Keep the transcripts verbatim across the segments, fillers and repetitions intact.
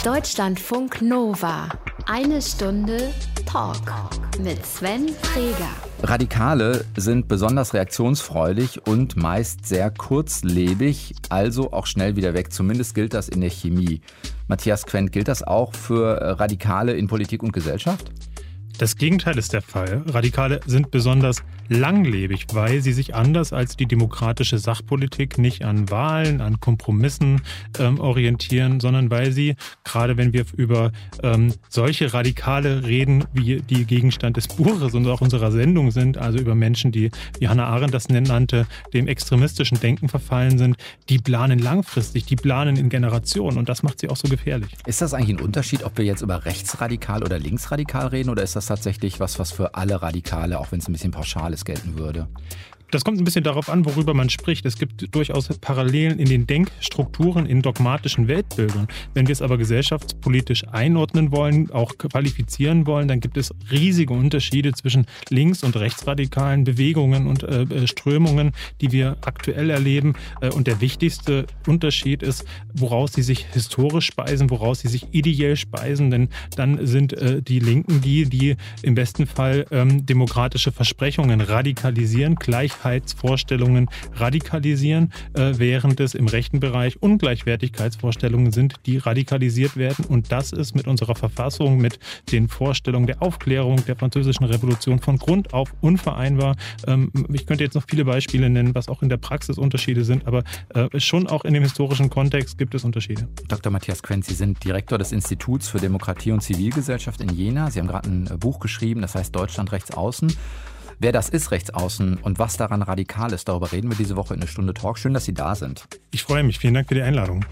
Deutschlandfunk Nova. Eine Stunde Talk mit Sven Träger. Radikale sind besonders reaktionsfreudig und meist sehr kurzlebig, also auch schnell wieder weg. Zumindest gilt das in der Chemie. Matthias Quent, gilt das auch für Radikale in Politik und Gesellschaft? Das Gegenteil ist der Fall. Radikale sind besonders langlebig, weil sie sich anders als die demokratische Sachpolitik nicht an Wahlen, an Kompromissen ähm, orientieren, sondern weil sie, gerade wenn wir über ähm, solche Radikale reden, wie die Gegenstand des Buches und auch unserer Sendung sind, also über Menschen, die, wie Hannah Arendt das nannte, dem extremistischen Denken verfallen sind, die planen langfristig, die planen in Generationen und das macht sie auch so gefährlich. Ist das eigentlich ein Unterschied, ob wir jetzt über rechtsradikal oder linksradikal reden, oder ist das tatsächlich was, was für alle Radikale, auch wenn es ein bisschen pauschal ist, gelten würde? Das kommt ein bisschen darauf an, worüber man spricht. Es gibt durchaus Parallelen in den Denkstrukturen, in dogmatischen Weltbildern. Wenn wir es aber gesellschaftspolitisch einordnen wollen, auch qualifizieren wollen, dann gibt es riesige Unterschiede zwischen links- und rechtsradikalen Bewegungen und äh, Strömungen, die wir aktuell erleben. Äh, und der wichtigste Unterschied ist, woraus sie sich historisch speisen, woraus sie sich ideell speisen. Denn dann sind äh, die Linken die, die im besten Fall ähm, demokratische Versprechungen radikalisieren, Gleichheit Vorstellungen radikalisieren, äh, während es im rechten Bereich Ungleichwertigkeitsvorstellungen sind, die radikalisiert werden. Und das ist mit unserer Verfassung, mit den Vorstellungen der Aufklärung, der französischen Revolution von Grund auf unvereinbar. Ähm, ich könnte jetzt noch viele Beispiele nennen, was auch in der Praxis Unterschiede sind, aber äh, schon auch in dem historischen Kontext gibt es Unterschiede. Doktor Matthias Quent, Sie sind Direktor des Instituts für Demokratie und Zivilgesellschaft in Jena. Sie haben gerade ein Buch geschrieben, das heißt Deutschland rechts außen. Wer das ist, rechts außen, und was daran radikal ist, darüber reden wir diese Woche in einer Stunde Talk. Schön, dass Sie da sind. Ich freue mich. Vielen Dank für die Einladung.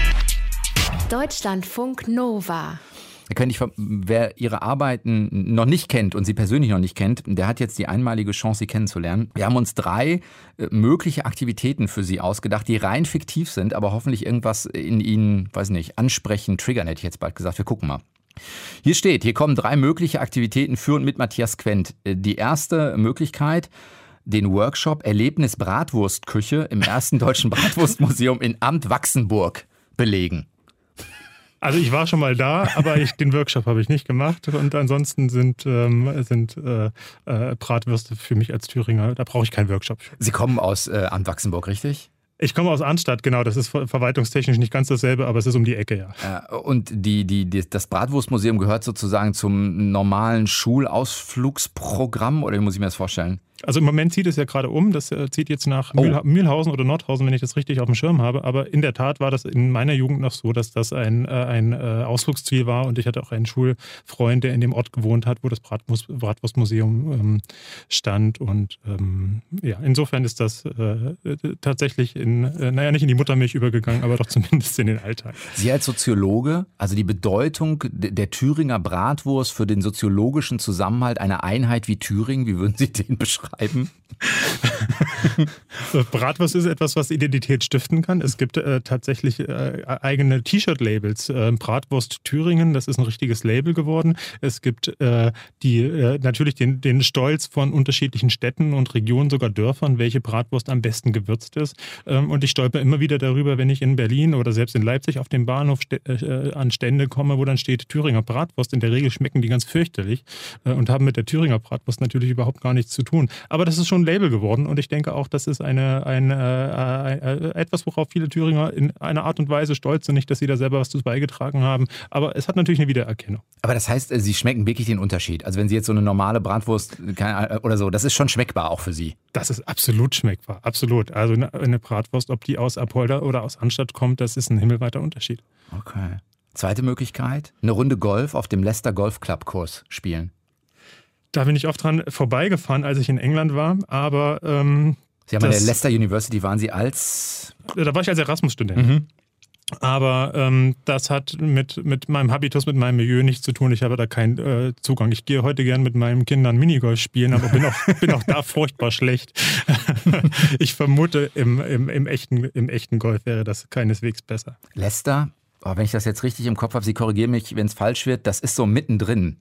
Deutschlandfunk Nova. Herr Quent, ich, wer Ihre Arbeiten noch nicht kennt und Sie persönlich noch nicht kennt, der hat jetzt die einmalige Chance, Sie kennenzulernen. Wir haben uns drei äh, mögliche Aktivitäten für Sie ausgedacht, die rein fiktiv sind, aber hoffentlich irgendwas in Ihnen, weiß nicht, ansprechen, triggern, hätte ich jetzt bald gesagt. Wir gucken mal. Hier steht, hier kommen drei mögliche Aktivitäten für und mit Matthias Quent. Die erste Möglichkeit, den Workshop Erlebnis Bratwurstküche im ersten Deutschen Bratwurstmuseum in Amt Wachsenburg belegen. Also ich war schon mal da, aber ich, den Workshop habe ich nicht gemacht. Und ansonsten sind, ähm, sind äh, äh, Bratwürste für mich als Thüringer, da brauche ich keinen Workshop. Sie kommen aus äh, Amt Wachsenburg, richtig? Ich komme aus Arnstadt, genau. Das ist verwaltungstechnisch nicht ganz dasselbe, aber es ist um die Ecke, ja. Und die, die, die, das Bratwurstmuseum gehört sozusagen zum normalen Schulausflugsprogramm, oder wie muss ich mir das vorstellen? Also im Moment zieht es ja gerade um. Das zieht jetzt nach oh. Mühl, Mühlhausen oder Nordhausen, wenn ich das richtig auf dem Schirm habe. Aber in der Tat war das in meiner Jugend noch so, dass das ein, ein Ausflugsziel war. Und ich hatte auch einen Schulfreund, der in dem Ort gewohnt hat, wo das Bratwurst, Bratwurstmuseum ähm, stand. Und ähm, ja, insofern ist das äh, tatsächlich in, äh, naja, nicht in die Muttermilch übergegangen, aber doch zumindest in den Alltag. Sie als Soziologe, also die Bedeutung der Thüringer Bratwurst für den soziologischen Zusammenhalt einer Einheit wie Thüringen, wie würden Sie den beschreiben? Bratwurst ist etwas, was Identität stiften kann. Es gibt äh, tatsächlich äh, eigene T-Shirt-Labels. Äh, Bratwurst Thüringen, das ist ein richtiges Label geworden. Es gibt äh, die, äh, natürlich den, den Stolz von unterschiedlichen Städten und Regionen, sogar Dörfern, welche Bratwurst am besten gewürzt ist. Ähm, und ich stolper immer wieder darüber, wenn ich in Berlin oder selbst in Leipzig auf dem Bahnhof st- äh, an Stände komme, wo dann steht Thüringer Bratwurst. In der Regel schmecken die ganz fürchterlich äh, und haben mit der Thüringer Bratwurst natürlich überhaupt gar nichts zu tun. Aber das ist schon ein Label geworden und ich denke auch, das ist eine, eine, äh, etwas, worauf viele Thüringer in einer Art und Weise stolz sind. Nicht, dass sie da selber was zu beigetragen haben, aber es hat natürlich eine Wiedererkennung. Aber das heißt, Sie schmecken wirklich den Unterschied. Also wenn Sie jetzt so eine normale Bratwurst oder so, das ist schon schmeckbar auch für Sie. Das ist absolut schmeckbar, absolut. Also eine Bratwurst, ob die aus Apolda oder aus Arnstadt kommt, das ist ein himmelweiter Unterschied. Okay. Zweite Möglichkeit, eine Runde Golf auf dem Leicester Golf Club Kurs spielen. Da bin ich oft dran vorbeigefahren, als ich in England war, aber... Ähm, Sie haben an der Leicester University, waren Sie als... Da war ich als Erasmus-Student. Mhm. Aber ähm, das hat mit, mit meinem Habitus, mit meinem Milieu nichts zu tun. Ich habe da keinen äh, Zugang. Ich gehe heute gern mit meinen Kindern Minigolf spielen, aber bin auch, bin auch da furchtbar schlecht. Ich vermute, im, im, im, echten, im echten Golf wäre das keineswegs besser. Leicester, oh, wenn ich das jetzt richtig im Kopf habe, Sie korrigieren mich, wenn es falsch wird, das ist so mittendrin.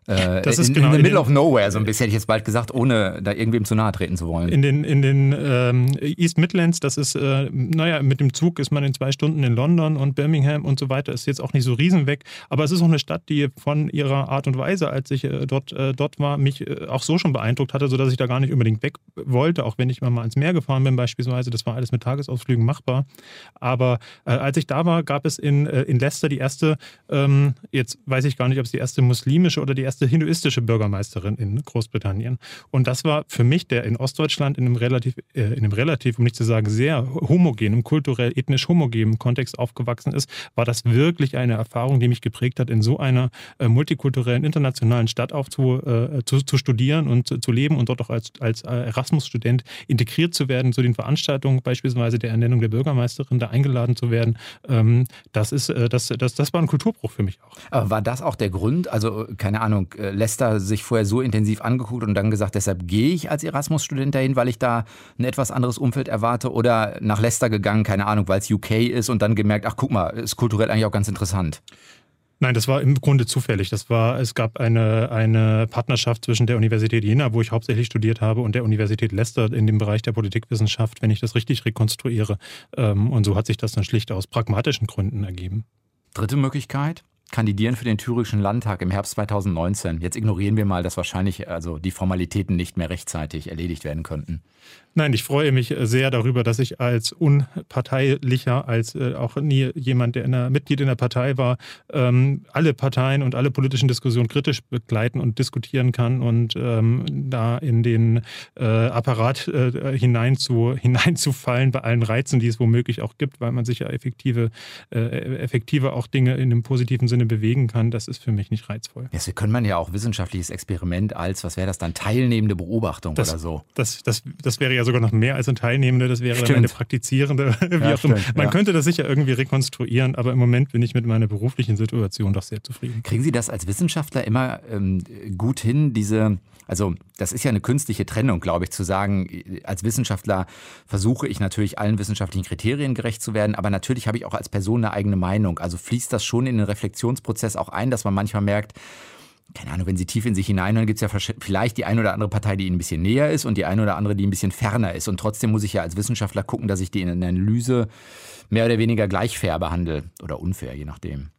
Äh, das ist in, genau in the in middle den, of nowhere, so ein bisschen hätte ich jetzt bald gesagt, ohne da irgendwem zu nahe treten zu wollen. In den, in den ähm, East Midlands, das ist, äh, naja, mit dem Zug ist man in zwei Stunden in London und Birmingham und so weiter, ist jetzt auch nicht so riesenweg, aber es ist auch eine Stadt, die von ihrer Art und Weise, als ich äh, dort, äh, dort war, mich äh, auch so schon beeindruckt hatte, sodass ich da gar nicht unbedingt weg wollte, auch wenn ich mal ans Meer gefahren bin beispielsweise, das war alles mit Tagesausflügen machbar, aber äh, als ich da war, gab es in, äh, in Leicester die erste, ähm, jetzt weiß ich gar nicht, ob es die erste muslimische oder die erste hinduistische Bürgermeisterin in Großbritannien. Und das war für mich, der in Ostdeutschland in einem relativ, äh, in einem relativ, um nicht zu sagen sehr homogenen, kulturell, ethnisch homogenen Kontext aufgewachsen ist, war das wirklich eine Erfahrung, die mich geprägt hat, in so einer äh, multikulturellen, internationalen Stadt aufzu, äh, zu, zu studieren und zu, zu leben und dort auch als, als Erasmus-Student integriert zu werden, zu den Veranstaltungen, beispielsweise der Ernennung der Bürgermeisterin, da eingeladen zu werden. Ähm, das, ist, äh, das, das, das war ein Kulturbruch für mich auch. Aber war das auch der Grund? Also, keine Ahnung, Leicester sich vorher so intensiv angeguckt und dann gesagt, deshalb gehe ich als Erasmus-Student dahin, weil ich da ein etwas anderes Umfeld erwarte, oder nach Leicester gegangen, keine Ahnung, weil es U K ist und dann gemerkt, ach guck mal, ist kulturell eigentlich auch ganz interessant. Nein, das war im Grunde zufällig. Das war, es gab eine, eine Partnerschaft zwischen der Universität Jena, wo ich hauptsächlich studiert habe, und der Universität Leicester in dem Bereich der Politikwissenschaft, wenn ich das richtig rekonstruiere. Und so hat sich das dann schlicht aus pragmatischen Gründen ergeben. Dritte Möglichkeit: Kandidieren für den Thüringischen Landtag im Herbst zweitausendneunzehn. Jetzt ignorieren wir mal, dass wahrscheinlich also die Formalitäten nicht mehr rechtzeitig erledigt werden könnten. Nein, ich freue mich sehr darüber, dass ich als unparteilicher, als äh, auch nie jemand, der in der, Mitglied in der Partei war, ähm, alle Parteien und alle politischen Diskussionen kritisch begleiten und diskutieren kann und ähm, da in den äh, Apparat äh, hinein zu, hineinzufallen bei allen Reizen, die es womöglich auch gibt, weil man sich ja effektive, äh, effektiver auch Dinge in einem positiven Sinne bewegen kann. Das ist für mich nicht reizvoll. Jetzt können man ja auch wissenschaftliches Experiment als, was wäre das dann, teilnehmende Beobachtung das, oder so. Das, das, das wäre ja sogar noch mehr als eine Teilnehmende, das wäre stimmt. dann eine praktizierende. Wie ja, auch immer. stimmt, Man ja. könnte das sicher irgendwie rekonstruieren, aber im Moment bin ich mit meiner beruflichen Situation doch sehr zufrieden. Kriegen Sie das als Wissenschaftler immer ähm, gut hin, diese, also das ist ja eine künstliche Trennung, glaube ich, zu sagen, als Wissenschaftler versuche ich natürlich allen wissenschaftlichen Kriterien gerecht zu werden, aber natürlich habe ich auch als Person eine eigene Meinung. Also fließt das schon in den Reflexionsprozess auch ein, dass man manchmal merkt, keine Ahnung, wenn Sie tief in sich hineinhören, gibt es ja vielleicht die eine oder andere Partei, die Ihnen ein bisschen näher ist und die eine oder andere, die ein bisschen ferner ist. Und trotzdem muss ich ja als Wissenschaftler gucken, dass ich die in der Analyse mehr oder weniger gleich fair behandle oder unfair, je nachdem.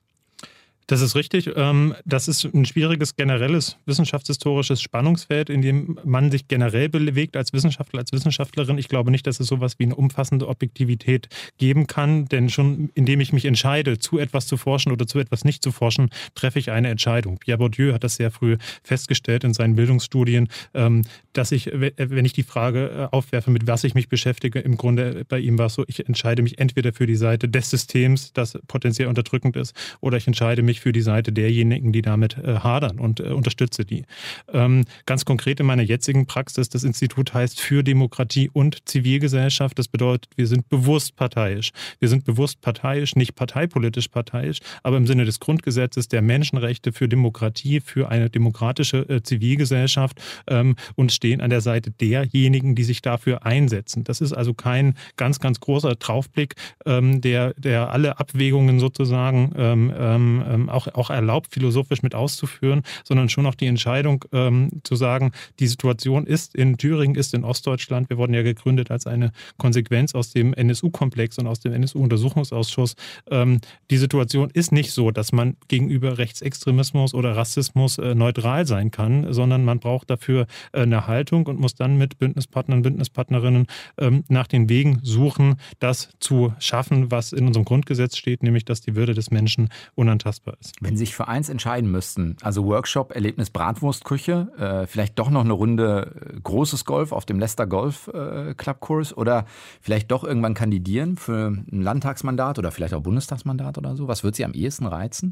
Das ist richtig. Das ist ein schwieriges, generelles wissenschaftshistorisches Spannungsfeld, in dem man sich generell bewegt als Wissenschaftler, als Wissenschaftlerin. Ich glaube nicht, dass es sowas wie eine umfassende Objektivität geben kann, denn schon indem ich mich entscheide, zu etwas zu forschen oder zu etwas nicht zu forschen, treffe ich eine Entscheidung. Pierre Bourdieu hat das sehr früh festgestellt in seinen Bildungsstudien, dass ich, wenn ich die Frage aufwerfe, mit was ich mich beschäftige, im Grunde bei ihm war es so, ich entscheide mich entweder für die Seite des Systems, das potenziell unterdrückend ist, oder ich entscheide mich für die Seite derjenigen, die damit äh, hadern, und äh, unterstütze die. Ähm, ganz konkret in meiner jetzigen Praxis, das Institut heißt für Demokratie und Zivilgesellschaft. Das bedeutet, wir sind bewusst parteiisch. Wir sind bewusst parteiisch, nicht parteipolitisch parteiisch, aber im Sinne des Grundgesetzes, der Menschenrechte, für Demokratie, für eine demokratische äh, Zivilgesellschaft ähm, und stehen an der Seite derjenigen, die sich dafür einsetzen. Das ist also kein ganz, ganz großer Draufblick, ähm, der, der alle Abwägungen sozusagen ähm, ähm, Auch, auch erlaubt, philosophisch mit auszuführen, sondern schon auch die Entscheidung ähm, zu sagen, die Situation ist in Thüringen, ist in Ostdeutschland. Wir wurden ja gegründet als eine Konsequenz aus dem N S U-Komplex und aus dem N S U-Untersuchungsausschuss. Ähm, die Situation ist nicht so, dass man gegenüber Rechtsextremismus oder Rassismus äh, neutral sein kann, sondern man braucht dafür äh, eine Haltung und muss dann mit Bündnispartnern, Bündnispartnerinnen ähm, nach den Wegen suchen, das zu schaffen, was in unserem Grundgesetz steht, nämlich, dass die Würde des Menschen unantastbar ist. Wenn Sie sich für eins entscheiden müssten, also Workshop, Erlebnis Bratwurstküche, äh, vielleicht doch noch eine Runde äh, großes Golf auf dem Leicester Golf äh, Clubkurs oder vielleicht doch irgendwann kandidieren für ein Landtagsmandat oder vielleicht auch Bundestagsmandat oder so, was würde Sie am ehesten reizen?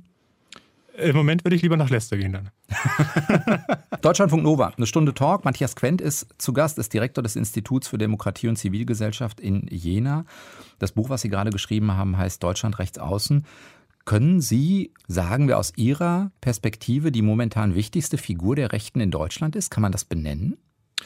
Im Moment würde ich lieber nach Leicester gehen dann. Deutschlandfunk Nova, eine Stunde Talk. Matthias Quent ist zu Gast, ist Direktor des Instituts für Demokratie und Zivilgesellschaft in Jena. Das Buch, was Sie gerade geschrieben haben, heißt Deutschland rechts außen. Können Sie sagen, wer aus Ihrer Perspektive die momentan wichtigste Figur der Rechten in Deutschland ist? Kann man das benennen?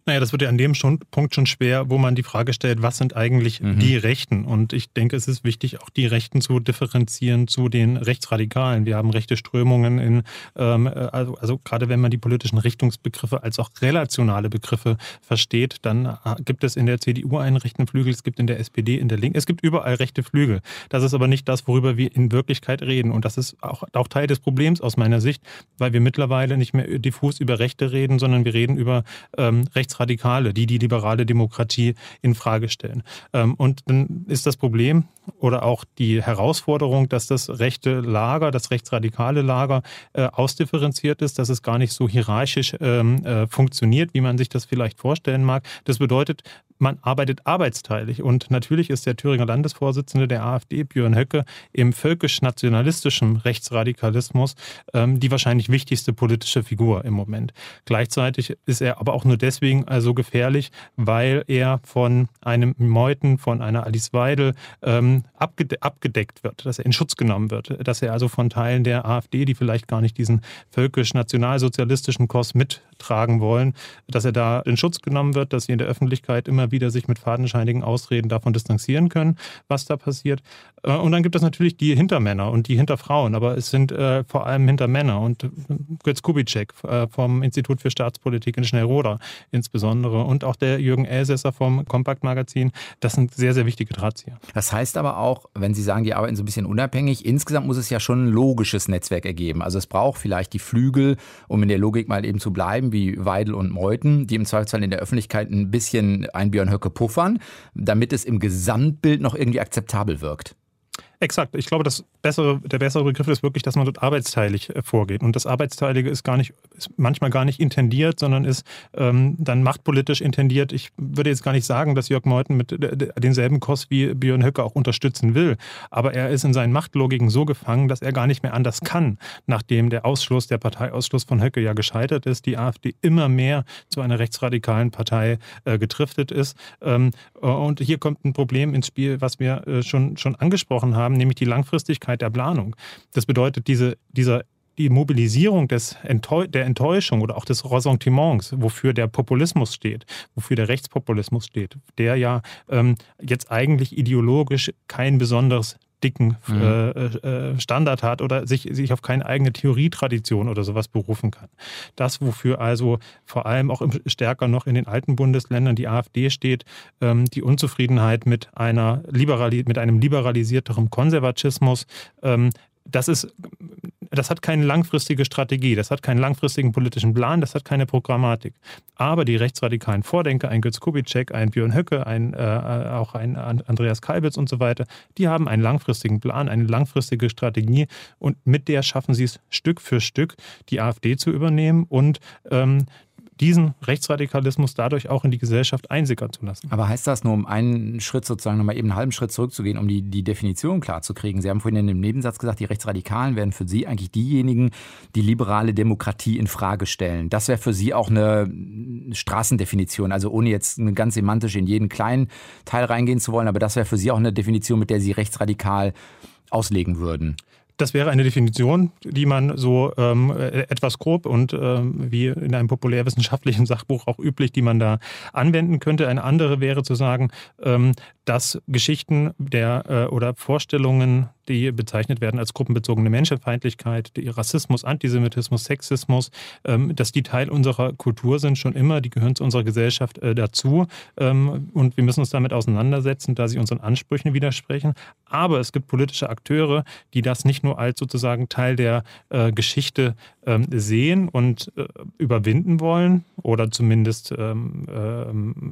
Naja, das wird ja an dem schon, Punkt schon schwer, wo man die Frage stellt, was sind eigentlich mhm. die Rechten? Und ich denke, es ist wichtig, auch die Rechten zu differenzieren zu den Rechtsradikalen. Wir haben rechte Strömungen in, ähm, also, also gerade wenn man die politischen Richtungsbegriffe als auch relationale Begriffe versteht, dann gibt es in der C D U einen rechten Flügel, es gibt in der S P D, in der Linken, es gibt überall rechte Flügel. Das ist aber nicht das, worüber wir in Wirklichkeit reden. Und das ist auch, auch Teil des Problems aus meiner Sicht, weil wir mittlerweile nicht mehr diffus über Rechte reden, sondern wir reden über ähm, Rechtsradikale. Radikale, die die liberale Demokratie in Frage stellen. Und dann ist das Problem oder auch die Herausforderung, dass das rechte Lager, das rechtsradikale Lager ausdifferenziert ist, dass es gar nicht so hierarchisch funktioniert, wie man sich das vielleicht vorstellen mag. Das bedeutet, man arbeitet arbeitsteilig. Und natürlich ist der Thüringer Landesvorsitzende der AfD, Björn Höcke, im völkisch-nationalistischen Rechtsradikalismus ähm, die wahrscheinlich wichtigste politische Figur im Moment. Gleichzeitig ist er aber auch nur deswegen also gefährlich, weil er von einem Meuthen, von einer Alice Weidel ähm, abgede- abgedeckt wird, dass er in Schutz genommen wird, dass er also von Teilen der AfD, die vielleicht gar nicht diesen völkisch-nationalsozialistischen Kurs mittragen wollen, dass er da in Schutz genommen wird, dass sie in der Öffentlichkeit immer wieder sich mit fadenscheinigen Ausreden davon distanzieren können, was da passiert. Und dann gibt es natürlich die Hintermänner und die Hinterfrauen, aber es sind äh, vor allem Hintermänner. Und Götz Kubitschek äh, vom Institut für Staatspolitik in Schnellroda insbesondere und auch der Jürgen Elsässer vom Kompakt-Magazin, das sind sehr, sehr wichtige Drahtzieher. Das heißt aber auch, wenn Sie sagen, die arbeiten so ein bisschen unabhängig, insgesamt muss es ja schon ein logisches Netzwerk ergeben. Also es braucht vielleicht die Flügel, um in der Logik mal eben zu bleiben, wie Weidel und Meuthen, die im Zweifelsfall in der Öffentlichkeit ein bisschen ein Björn Höcke puffern, damit es im Gesamtbild noch irgendwie akzeptabel wirkt. Exakt. Ich glaube, das bessere, der bessere Begriff ist wirklich, dass man dort arbeitsteilig vorgeht. Und das Arbeitsteilige ist gar nicht, ist manchmal gar nicht intendiert, sondern ist ähm, dann machtpolitisch intendiert. Ich würde jetzt gar nicht sagen, dass Jörg Meuthen mit denselben Kurs wie Björn Höcke auch unterstützen will. Aber er ist in seinen Machtlogiken so gefangen, dass er gar nicht mehr anders kann, nachdem der Ausschluss, der Parteiausschluss von Höcke ja gescheitert ist, die AfD immer mehr zu einer rechtsradikalen Partei äh, gedriftet ist. Ähm, und hier kommt ein Problem ins Spiel, was wir äh, schon, schon angesprochen haben, nämlich die Langfristigkeit der Planung. Das bedeutet, diese, dieser, die Mobilisierung des Enttäu- der Enttäuschung oder auch des Ressentiments, wofür der Populismus steht, wofür der Rechtspopulismus steht, der ja ähm, jetzt eigentlich ideologisch kein besonderes dicken mhm. äh, Standard hat oder sich, sich auf keine eigene Theorietradition oder sowas berufen kann. Das, wofür also vor allem auch stärker noch in den alten Bundesländern die AfD steht, ähm, die Unzufriedenheit mit, einer liberali- mit einem liberalisierteren Konservatismus, ähm, das ist, das hat keine langfristige Strategie, das hat keinen langfristigen politischen Plan, das hat keine Programmatik. Aber die rechtsradikalen Vordenker, ein Götz Kubitschek, ein Björn Höcke, ein, äh, auch ein Andreas Kalbitz und so weiter, die haben einen langfristigen Plan, eine langfristige Strategie und mit der schaffen sie es Stück für Stück, die AfD zu übernehmen und ähm, diesen Rechtsradikalismus dadurch auch in die Gesellschaft einsickern zu lassen. Aber heißt das nur, um einen Schritt sozusagen nochmal eben einen halben Schritt zurückzugehen, um die, die Definition klar zu kriegen? Sie haben vorhin in dem Nebensatz gesagt, die Rechtsradikalen wären für Sie eigentlich diejenigen, die liberale Demokratie in Frage stellen. Das wäre für Sie auch eine Straßendefinition, also ohne jetzt ganz semantisch in jeden kleinen Teil reingehen zu wollen, aber das wäre für Sie auch eine Definition, mit der Sie rechtsradikal auslegen würden. Das wäre eine Definition, die man so ähm, etwas grob und ähm, wie in einem populärwissenschaftlichen Sachbuch auch üblich, die man da anwenden könnte. Eine andere wäre zu sagen, ähm, dass Geschichten der äh, oder Vorstellungen, die bezeichnet werden als gruppenbezogene Menschenfeindlichkeit, die Rassismus, Antisemitismus, Sexismus, ähm, dass die Teil unserer Kultur sind, schon immer, die gehören zu unserer Gesellschaft äh, dazu ähm, und wir müssen uns damit auseinandersetzen, da sie unseren Ansprüchen widersprechen. Aber es gibt politische Akteure, die das nicht nur als sozusagen Teil der äh, Geschichte ähm, sehen und äh, überwinden wollen oder zumindest ähm, äh,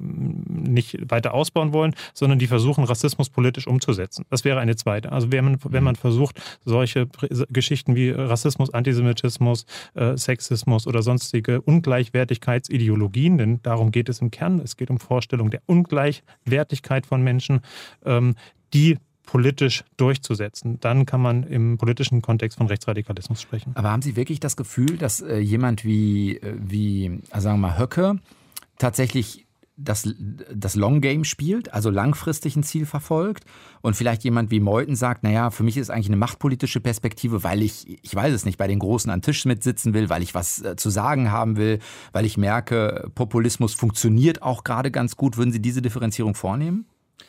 nicht weiter ausbauen wollen, sondern die versuchen, Rassismus politisch umzusetzen. Das wäre eine zweite. Also wenn man, wenn man versucht, solche Geschichten wie Rassismus, Antisemitismus, äh, Sexismus oder sonstige Ungleichwertigkeitsideologien, denn darum geht es im Kern, es geht um Vorstellung der Ungleichwertigkeit von Menschen, ähm, die politisch durchzusetzen. Dann kann man im politischen Kontext von Rechtsradikalismus sprechen. Aber haben Sie wirklich das Gefühl, dass äh, jemand wie, äh, wie also sagen wir mal Höcke tatsächlich das, das Long Game spielt, also langfristig ein Ziel verfolgt und vielleicht jemand wie Meuthen sagt, naja, für mich ist eigentlich eine machtpolitische Perspektive, weil ich, ich weiß es nicht, bei den Großen am Tisch mitsitzen will, weil ich was äh, zu sagen haben will, weil ich merke, Populismus funktioniert auch gerade ganz gut. Würden Sie diese Differenzierung vornehmen?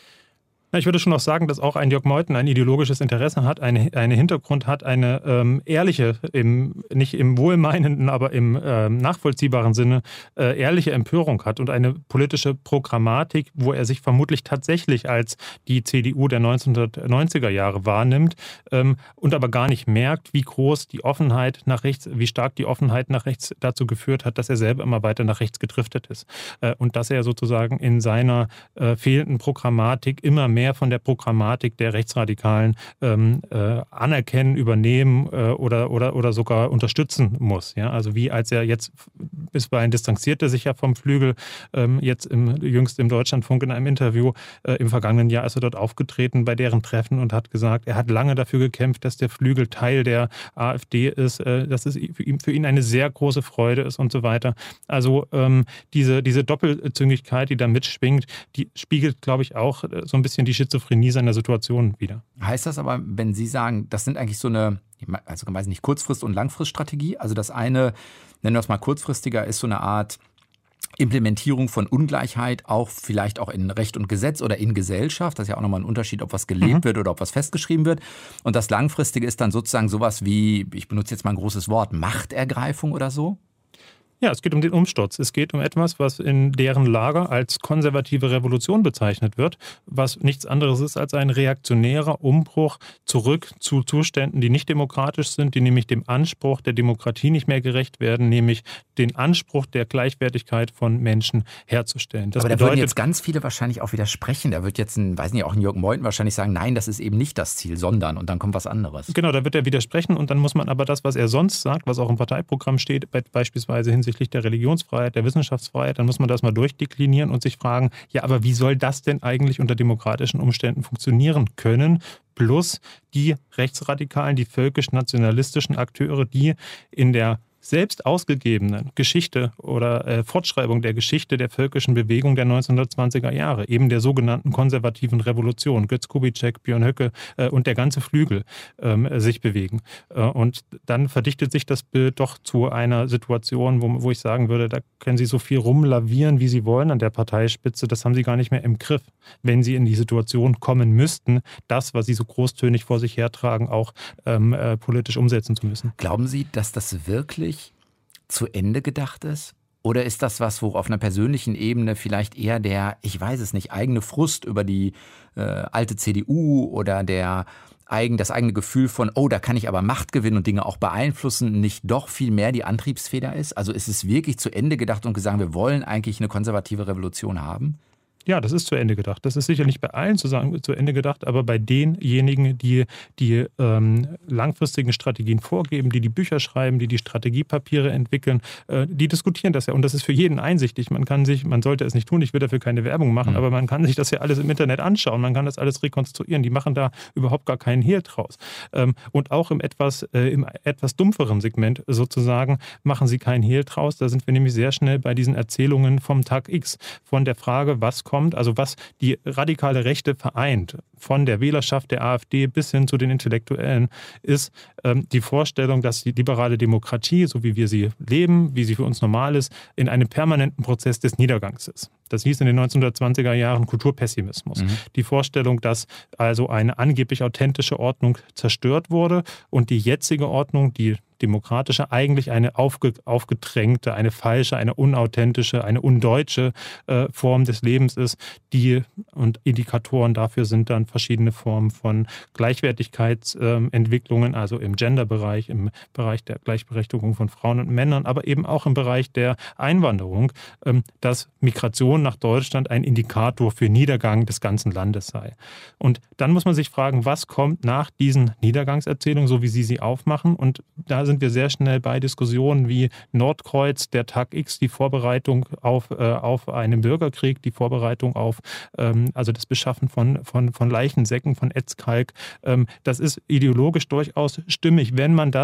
Ich würde schon noch sagen, dass auch ein Jörg Meuthen ein ideologisches Interesse hat, eine, eine Hintergrund hat, eine ähm, ehrliche, im, nicht im wohlmeinenden, aber im ähm, nachvollziehbaren Sinne, äh, ehrliche Empörung hat und eine politische Programmatik, wo er sich vermutlich tatsächlich als die C D U der neunzehnhundertneunziger Jahre wahrnimmt ähm, und aber gar nicht merkt, wie groß die Offenheit nach rechts, wie stark die Offenheit nach rechts dazu geführt hat, dass er selber immer weiter nach rechts gedriftet ist. Äh, und dass er sozusagen in seiner äh, fehlenden Programmatik immer mehr von der Programmatik der Rechtsradikalen ähm, äh, anerkennen, übernehmen äh, oder, oder, oder sogar unterstützen muss. Ja? Also wie als er jetzt, bisweilen distanzierte sich ja vom Flügel, ähm, jetzt im, jüngst im Deutschlandfunk in einem Interview, äh, im vergangenen Jahr ist er dort aufgetreten bei deren Treffen und hat gesagt, er hat lange dafür gekämpft, dass der Flügel Teil der AfD ist, äh, dass es für ihn, für ihn eine sehr große Freude ist und so weiter. Also ähm, diese, diese Doppelzüngigkeit, die da mitschwingt, die spiegelt, glaube ich, auch so ein bisschen die Schizophrenie seiner Situation wieder. Heißt das aber, wenn Sie sagen, das sind eigentlich so eine, also weiß nicht, Kurzfrist- und Langfriststrategie, also das eine, nennen wir es mal kurzfristiger, ist so eine Art Implementierung von Ungleichheit, auch vielleicht auch in Recht und Gesetz oder in Gesellschaft. Das ist ja auch nochmal ein Unterschied, ob was gelebt mhm. wird oder ob was festgeschrieben wird. Und das Langfristige ist dann sozusagen sowas wie, ich benutze jetzt mal ein großes Wort, Machtergreifung oder so? Ja, es geht um den Umsturz. Es geht um etwas, was in deren Lager als konservative Revolution bezeichnet wird, was nichts anderes ist als ein reaktionärer Umbruch zurück zu Zuständen, die nicht demokratisch sind, die nämlich dem Anspruch der Demokratie nicht mehr gerecht werden, nämlich den Anspruch der Gleichwertigkeit von Menschen herzustellen. Das Aber da bedeutet, würden jetzt ganz viele wahrscheinlich auch widersprechen. Da wird jetzt ein, weiß nicht, auch ein Jörg Meuthen wahrscheinlich sagen, nein, das ist eben nicht das Ziel, sondern und dann kommt was anderes. Genau, da wird er widersprechen und dann muss man aber das, was er sonst sagt, was auch im Parteiprogramm steht, beispielsweise hinsichtlich der Religionsfreiheit, der Wissenschaftsfreiheit, dann muss man das mal durchdeklinieren und sich fragen, ja, aber wie soll das denn eigentlich unter demokratischen Umständen funktionieren können? Plus die rechtsradikalen, die völkisch-nationalistischen Akteure, die in der selbst ausgegebenen Geschichte oder äh, Fortschreibung der Geschichte der völkischen Bewegung der neunzehnhundertzwanziger Jahre, eben der sogenannten konservativen Revolution, Götz Kubitschek, Björn Höcke äh, und der ganze Flügel ähm, sich bewegen. Äh, und dann verdichtet sich das Bild doch zu einer Situation, wo, wo ich sagen würde, da können Sie so viel rumlavieren, wie Sie wollen an der Parteispitze, das haben Sie gar nicht mehr im Griff, wenn Sie in die Situation kommen müssten, das, was Sie so großtönig vor sich hertragen, auch ähm, äh, politisch umsetzen zu müssen. Glauben Sie, dass das wirklich zu Ende gedacht ist? Oder ist das was, wo auf einer persönlichen Ebene vielleicht eher der, ich weiß es nicht, eigene Frust über die äh, alte C D U oder der eigen, das eigene Gefühl von, oh, da kann ich aber Macht gewinnen und Dinge auch beeinflussen, nicht doch viel mehr die Antriebsfeder ist? Also ist es wirklich zu Ende gedacht und gesagt, wir wollen eigentlich eine konservative Revolution haben? Ja, das ist zu Ende gedacht. Das ist sicher nicht bei allen zu, sagen, zu Ende gedacht, aber bei denjenigen, die die ähm, langfristigen Strategien vorgeben, die die Bücher schreiben, die die Strategiepapiere entwickeln, äh, die diskutieren das ja. Und das ist für jeden einsichtig. Man kann sich, man sollte es nicht tun, ich will dafür keine Werbung machen, mhm. aber man kann sich das ja alles im Internet anschauen, man kann das alles rekonstruieren. Die machen da überhaupt gar keinen Hehl draus. Ähm, und auch im etwas, äh, im etwas dumpferen Segment sozusagen machen sie keinen Hehl draus. Da sind wir nämlich sehr schnell bei diesen Erzählungen vom Tag X, von der Frage, was kommt kommt, also was die radikale Rechte vereint, von der Wählerschaft der AfD bis hin zu den Intellektuellen, ist ähm, die Vorstellung, dass die liberale Demokratie, so wie wir sie leben, wie sie für uns normal ist, in einem permanenten Prozess des Niedergangs ist. Das hieß in den neunzehnhundertzwanziger Jahren Kulturpessimismus. Mhm. Die Vorstellung, dass also eine angeblich authentische Ordnung zerstört wurde und die jetzige Ordnung, die demokratische, eigentlich eine aufge, aufgedrängte, eine falsche, eine unauthentische, eine undeutsche äh, Form des Lebens ist, die und Indikatoren dafür sind dann verschiedene Formen von Gleichwertigkeitsentwicklungen, äh, also im Gender-Bereich, im Bereich der Gleichberechtigung von Frauen und Männern, aber eben auch im Bereich der Einwanderung, äh, dass Migration nach Deutschland ein Indikator für Niedergang des ganzen Landes sei. Und dann muss man sich fragen, was kommt nach diesen Niedergangserzählungen, so wie Sie sie aufmachen, und da sind wir sehr schnell bei Diskussionen wie Nordkreuz, der Tag X, die Vorbereitung auf, äh, auf einen Bürgerkrieg, die Vorbereitung auf ähm, also das Beschaffen von, von, von Leichensäcken, von Ätzkalk. Ähm, das ist ideologisch durchaus stimmig, wenn man das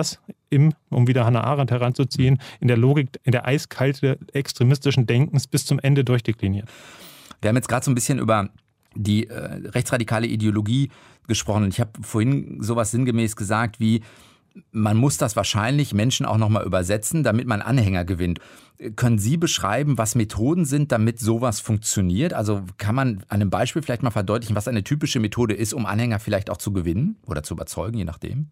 im, um wieder Hannah Arendt heranzuziehen, in der Logik, in der eiskalte extremistischen Denkens bis zum Ende durchdekliniert. Wir haben jetzt gerade so ein bisschen über die äh, rechtsradikale Ideologie gesprochen. Und ich habe vorhin sowas sinngemäß gesagt wie, man muss das wahrscheinlich Menschen auch nochmal übersetzen, damit man Anhänger gewinnt. Können Sie beschreiben, was Methoden sind, damit sowas funktioniert? Also kann man an einem Beispiel vielleicht mal verdeutlichen, was eine typische Methode ist, um Anhänger vielleicht auch zu gewinnen oder zu überzeugen, je nachdem?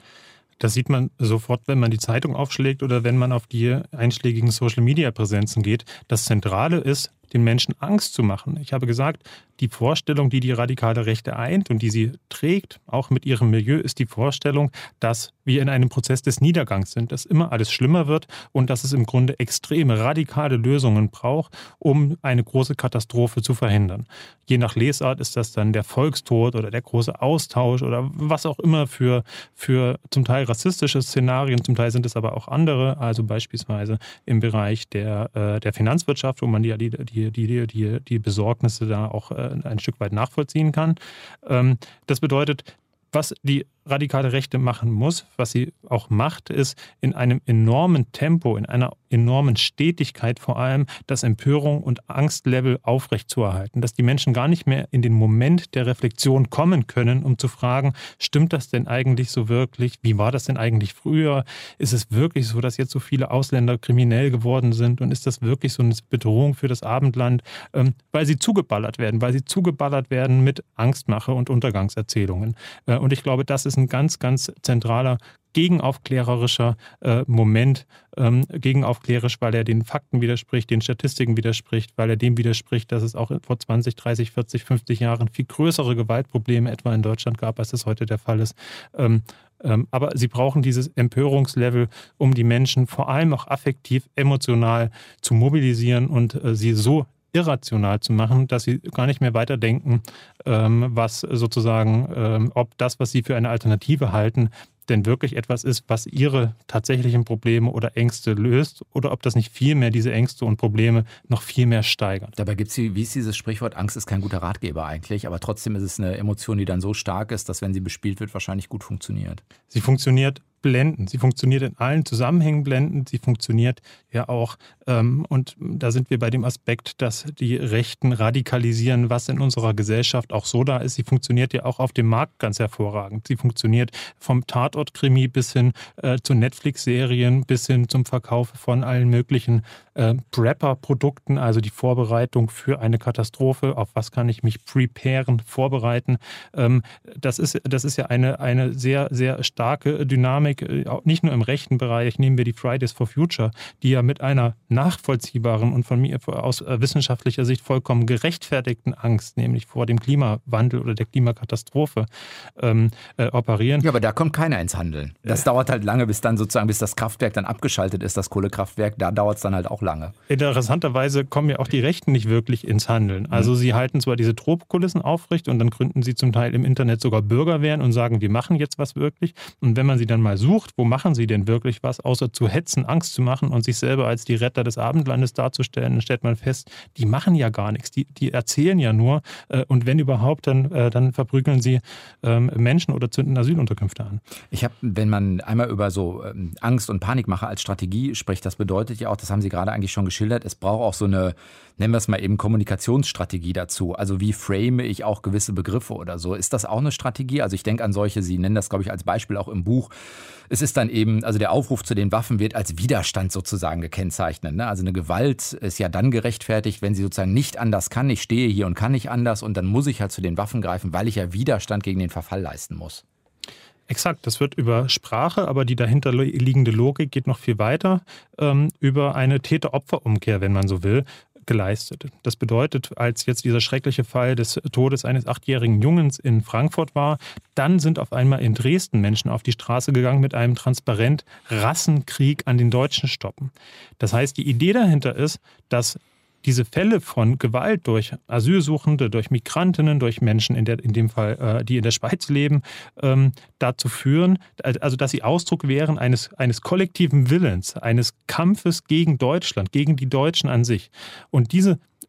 Das sieht man sofort, wenn man die Zeitung aufschlägt oder wenn man auf die einschlägigen Social-Media-Präsenzen geht. Das Zentrale ist, den Menschen Angst zu machen. Ich habe gesagt, die Vorstellung, die die radikale Rechte eint und die sie trägt, auch mit ihrem Milieu, ist die Vorstellung, dass wir in einem Prozess des Niedergangs sind, dass immer alles schlimmer wird und dass es im Grunde extreme, radikale Lösungen braucht, um eine große Katastrophe zu verhindern. Je nach Lesart ist das dann der Volkstod oder der große Austausch oder was auch immer für, für zum Teil rassistische Szenarien, zum Teil sind es aber auch andere, also beispielsweise im Bereich der, äh, der Finanzwirtschaft, wo man die, die, die, die, die, die Besorgnisse da auch äh, ein Stück weit nachvollziehen kann. Ähm, das bedeutet, was die radikale Rechte machen muss, was sie auch macht, ist in einem enormen Tempo, in einer enormen Stetigkeit vor allem, das Empörung und Angstlevel aufrechtzuerhalten. Dass die Menschen gar nicht mehr in den Moment der Reflexion kommen können, um zu fragen, stimmt das denn eigentlich so wirklich? Wie war das denn eigentlich früher? Ist es wirklich so, dass jetzt so viele Ausländer kriminell geworden sind? Und ist das wirklich so eine Bedrohung für das Abendland? Ähm, weil sie zugeballert werden, weil sie zugeballert werden mit Angstmache und Untergangserzählungen. Äh, und ich glaube, das ist ein ganz, ganz zentraler gegenaufklärerischer äh, Moment, ähm, gegenaufklärerisch, weil er den Fakten widerspricht, den Statistiken widerspricht, weil er dem widerspricht, dass es auch vor zwanzig, dreißig, vierzig, fünfzig Jahren viel größere Gewaltprobleme etwa in Deutschland gab, als es heute der Fall ist. Ähm, ähm, aber sie brauchen dieses Empörungslevel, um die Menschen vor allem auch affektiv, emotional zu mobilisieren und äh, sie so irrational zu machen, dass sie gar nicht mehr weiterdenken, ähm, was sozusagen, ähm, ob das, was sie für eine Alternative halten, denn wirklich etwas ist, was ihre tatsächlichen Probleme oder Ängste löst oder ob das nicht viel mehr diese Ängste und Probleme noch viel mehr steigert. Dabei gibt es, wie ist dieses Sprichwort, Angst ist kein guter Ratgeber eigentlich, aber trotzdem ist es eine Emotion, die dann so stark ist, dass wenn sie bespielt wird, wahrscheinlich gut funktioniert. Sie funktioniert blendend. Sie funktioniert in allen Zusammenhängen blendend. Sie funktioniert ja auch, ähm, und da sind wir bei dem Aspekt, dass die Rechten radikalisieren, was in unserer Gesellschaft auch so da ist. Sie funktioniert ja auch auf dem Markt ganz hervorragend. Sie funktioniert vom Tatort-Krimi bis hin äh, zu Netflix-Serien, bis hin zum Verkauf von allen möglichen äh, Prepper-Produkten, also die Vorbereitung für eine Katastrophe. Auf was kann ich mich preparen, vorbereiten? Ähm, das ist, das ist ja eine, eine sehr, sehr starke Dynamik, nicht nur im rechten Bereich. Nehmen wir die Fridays for Future, die ja mit einer nachvollziehbaren und von mir aus wissenschaftlicher Sicht vollkommen gerechtfertigten Angst, nämlich vor dem Klimawandel oder der Klimakatastrophe, ähm, äh, operieren. Ja, aber da kommt keiner ins Handeln. Das äh. dauert halt lange, bis dann sozusagen, bis das Kraftwerk dann abgeschaltet ist, das Kohlekraftwerk. Da dauert es dann halt auch lange. Interessanterweise kommen ja auch die Rechten nicht wirklich ins Handeln. Also mhm. sie halten zwar diese Drohkulissen aufrecht und dann gründen sie zum Teil im Internet sogar Bürgerwehren und sagen, wir machen jetzt was wirklich. Und wenn man sie dann mal sucht, wo machen sie denn wirklich was, außer zu hetzen, Angst zu machen und sich selber als die Retter des Abendlandes darzustellen, dann stellt man fest, die machen ja gar nichts, die, die erzählen ja nur äh, und wenn überhaupt, dann, äh, dann verprügeln sie ähm, Menschen oder zünden Asylunterkünfte an. Ich habe, wenn man einmal über so ähm, Angst- und Panikmache als Strategie spricht, das bedeutet ja auch, das haben Sie gerade eigentlich schon geschildert, es braucht auch so eine, nennen wir es mal eben, Kommunikationsstrategie dazu. Also wie frame ich auch gewisse Begriffe oder so. Ist das auch eine Strategie? Also ich denke an solche, Sie nennen das, glaube ich, als Beispiel auch im Buch. Es ist dann eben, also der Aufruf zu den Waffen wird als Widerstand sozusagen gekennzeichnet. Ne? Also eine Gewalt ist ja dann gerechtfertigt, wenn sie sozusagen nicht anders kann. Ich stehe hier und kann nicht anders und dann muss ich halt zu den Waffen greifen, weil ich ja Widerstand gegen den Verfall leisten muss. Exakt, das wird über Sprache, aber die dahinter liegende Logik geht noch viel weiter, ähm, über eine Täter-Opfer-Umkehr, wenn man so will, geleistet. Das bedeutet, als jetzt dieser schreckliche Fall des Todes eines achtjährigen Jungens in Frankfurt war, dann sind auf einmal in Dresden Menschen auf die Straße gegangen mit einem Transparent Rassenkrieg an den Deutschen stoppen. Das heißt, die Idee dahinter ist, dass diese Fälle von Gewalt durch Asylsuchende, durch Migrantinnen, durch Menschen, in, der, in dem Fall, äh, die in der Schweiz leben, ähm, dazu führen, also dass sie Ausdruck wären eines, eines kollektiven Willens, eines Kampfes gegen Deutschland, gegen die Deutschen an sich. Und diese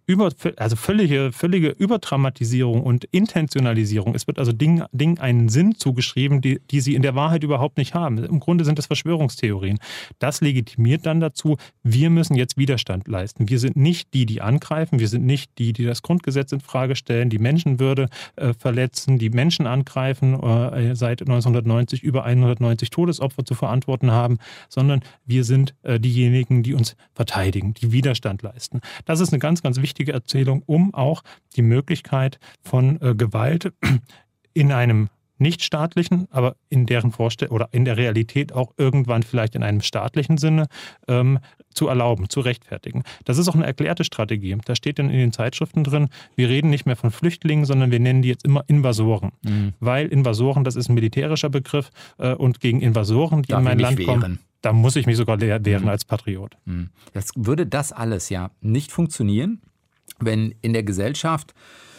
über, also völlige, völlige Überdramatisierung und Intentionalisierung. Es wird also Dingen Ding einen Sinn zugeschrieben, die, die sie in der Wahrheit überhaupt nicht haben. Im Grunde sind das Verschwörungstheorien. Das legitimiert dann dazu, wir müssen jetzt Widerstand leisten. Wir sind nicht die, die angreifen, wir sind nicht die, die das Grundgesetz in Frage stellen, die Menschenwürde äh, verletzen, die Menschen angreifen, äh, seit neunzehnhundertneunzig über hundertneunzig Todesopfer zu verantworten haben, sondern wir sind äh, diejenigen, die uns verteidigen, die Widerstand leisten. Das ist eine ganz, ganz wichtige Erzählung, um auch die Möglichkeit von äh, Gewalt in einem nichtstaatlichen, aber in deren Vorstellung oder in der Realität auch irgendwann vielleicht in einem staatlichen Sinne ähm, zu erlauben, zu rechtfertigen. Das ist auch eine erklärte Strategie. Da steht dann in den Zeitschriften drin, wir reden nicht mehr von Flüchtlingen, sondern wir nennen die jetzt immer Invasoren. Mhm. Weil Invasoren, das ist ein militärischer Begriff äh, und gegen Invasoren, die Darf in mein Land wehren? kommen, da muss ich mich sogar wehren mhm. als Patriot. Mhm. Das würde das alles ja nicht funktionieren, wenn in der Gesellschaft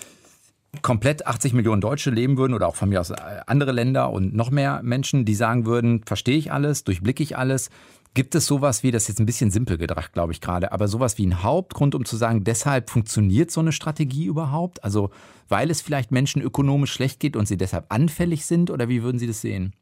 komplett achtzig Millionen Deutsche leben würden oder auch von mir aus andere Länder und noch mehr Menschen, die sagen würden, verstehe ich alles, durchblicke ich alles. Gibt es sowas wie, das ist jetzt ein bisschen simpel gedacht, glaube ich gerade, aber sowas wie ein Hauptgrund, um zu sagen, deshalb funktioniert so eine Strategie überhaupt? Also weil es vielleicht Menschen ökonomisch schlecht geht und sie deshalb anfällig sind, oder wie würden Sie das sehen?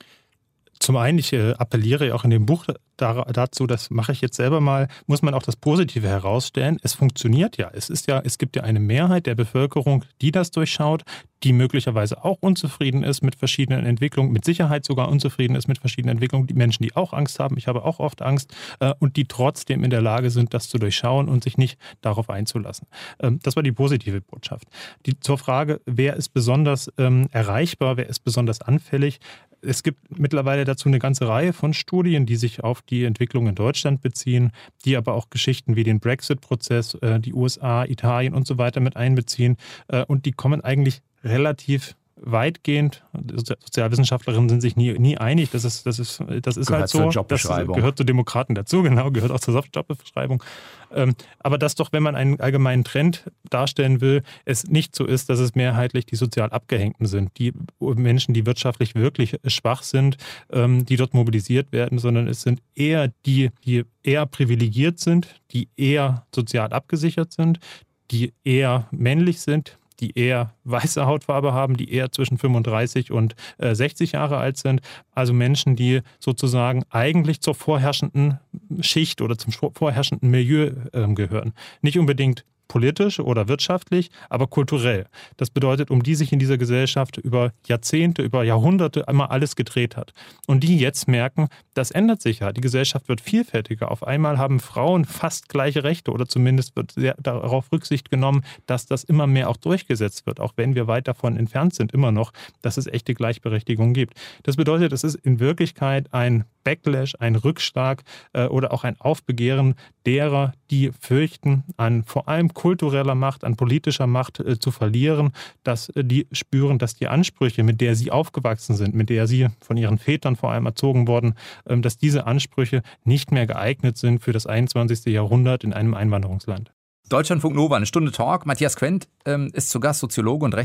Zum einen, ich äh, appelliere ja auch in dem Buch da, dazu, das mache ich jetzt selber mal, muss man auch das Positive herausstellen. Es funktioniert ja. Es ist ja, es gibt ja eine Mehrheit der Bevölkerung, die das durchschaut, die möglicherweise auch unzufrieden ist mit verschiedenen Entwicklungen, mit Sicherheit sogar unzufrieden ist mit verschiedenen Entwicklungen. Die Menschen, die auch Angst haben, ich habe auch oft Angst, äh, und die trotzdem in der Lage sind, das zu durchschauen und sich nicht darauf einzulassen. Ähm, das war die positive Botschaft. Die, zur Frage, wer ist besonders ähm, erreichbar, wer ist besonders anfällig? Es gibt mittlerweile dazu eine ganze Reihe von Studien, die sich auf die Entwicklung in Deutschland beziehen, die aber auch Geschichten wie den Brexit-Prozess, die U S A, Italien und so weiter mit einbeziehen. Und die kommen eigentlich relativ weitgehend, Sozialwissenschaftlerinnen sind sich nie, nie einig, das ist, das ist, das ist halt so, das gehört zu Demokraten dazu, genau, gehört auch zur Jobbeschreibung. Aber dass doch, wenn man einen allgemeinen Trend darstellen will, es nicht so ist, dass es mehrheitlich die sozial Abgehängten sind, die Menschen, die wirtschaftlich wirklich schwach sind, die dort mobilisiert werden, sondern es sind eher die, die eher privilegiert sind, die eher sozial abgesichert sind, die eher männlich sind, die eher weiße Hautfarbe haben, die eher zwischen fünfunddreißig und äh, sechzig Jahre alt sind. Also Menschen, die sozusagen eigentlich zur vorherrschenden Schicht oder zum vorherrschenden Milieu äh, gehören. Nicht unbedingt politisch oder wirtschaftlich, aber kulturell. Das bedeutet, um die sich in dieser Gesellschaft über Jahrzehnte, über Jahrhunderte immer alles gedreht hat. Und die jetzt merken, das ändert sich ja. Die Gesellschaft wird vielfältiger. Auf einmal haben Frauen fast gleiche Rechte oder zumindest wird sehr darauf Rücksicht genommen, dass das immer mehr auch durchgesetzt wird, auch wenn wir weit davon entfernt sind, immer noch, dass es echte Gleichberechtigung gibt. Das bedeutet, es ist in Wirklichkeit ein Backlash, ein Rückschlag äh, oder auch ein Aufbegehren derer, die fürchten, an vor allem kultureller Macht, an politischer Macht äh, zu verlieren, dass äh, die spüren, dass die Ansprüche, mit der sie aufgewachsen sind, mit der sie von ihren Vätern vor allem erzogen wurden, äh, dass diese Ansprüche nicht mehr geeignet sind für das einundzwanzigste Jahrhundert in einem Einwanderungsland. Deutschlandfunk Nova, eine Stunde Talk. Matthias Quent ähm, ist zu Gast, Soziologe und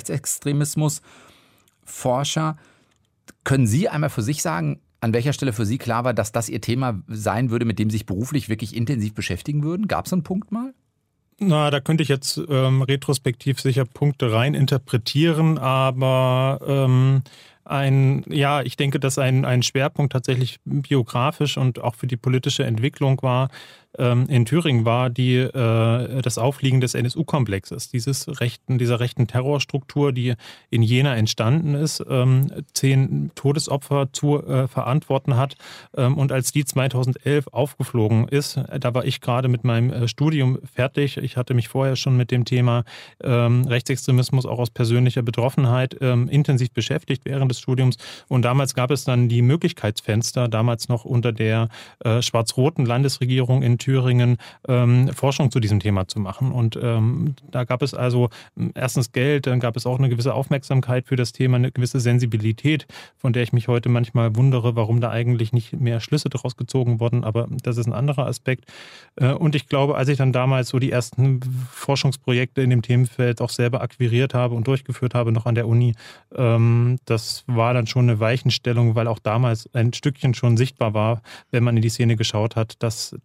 Rechtsextremismusforscher. Können Sie einmal für sich sagen, an welcher Stelle für Sie klar war, dass das Ihr Thema sein würde, mit dem Sie sich beruflich wirklich intensiv beschäftigen würden? Gab es einen Punkt mal? Na, da könnte ich jetzt ähm, retrospektiv sicher Punkte rein interpretieren, aber ähm, ein, ja, ich denke, dass ein, ein Schwerpunkt tatsächlich biografisch und auch für die politische Entwicklung war, in Thüringen war die, äh, das Aufliegen des N S U-Komplexes, dieses rechten, dieser rechten Terrorstruktur, die in Jena entstanden ist, ähm, zehn Todesopfer zu äh, verantworten hat. Ähm, und als die zweitausendelf aufgeflogen ist, da war ich gerade mit meinem äh, Studium fertig. Ich hatte mich vorher schon mit dem Thema ähm, Rechtsextremismus auch aus persönlicher Betroffenheit ähm, intensiv beschäftigt während des Studiums. Und damals gab es dann die Möglichkeitsfenster, damals noch unter der äh, schwarz-roten Landesregierung in Thüringen ähm, Forschung zu diesem Thema zu machen. Und ähm, da gab es also erstens Geld, dann gab es auch eine gewisse Aufmerksamkeit für das Thema, eine gewisse Sensibilität, von der ich mich heute manchmal wundere, warum da eigentlich nicht mehr Schlüsse daraus gezogen wurden, aber das ist ein anderer Aspekt. Äh, und ich glaube, als ich dann damals so die ersten Forschungsprojekte in dem Themenfeld auch selber akquiriert habe und durchgeführt habe, noch an der Uni, ähm, das war dann schon eine Weichenstellung, weil auch damals ein Stückchen schon sichtbar war, wenn man in die Szene geschaut hat, dass da extrem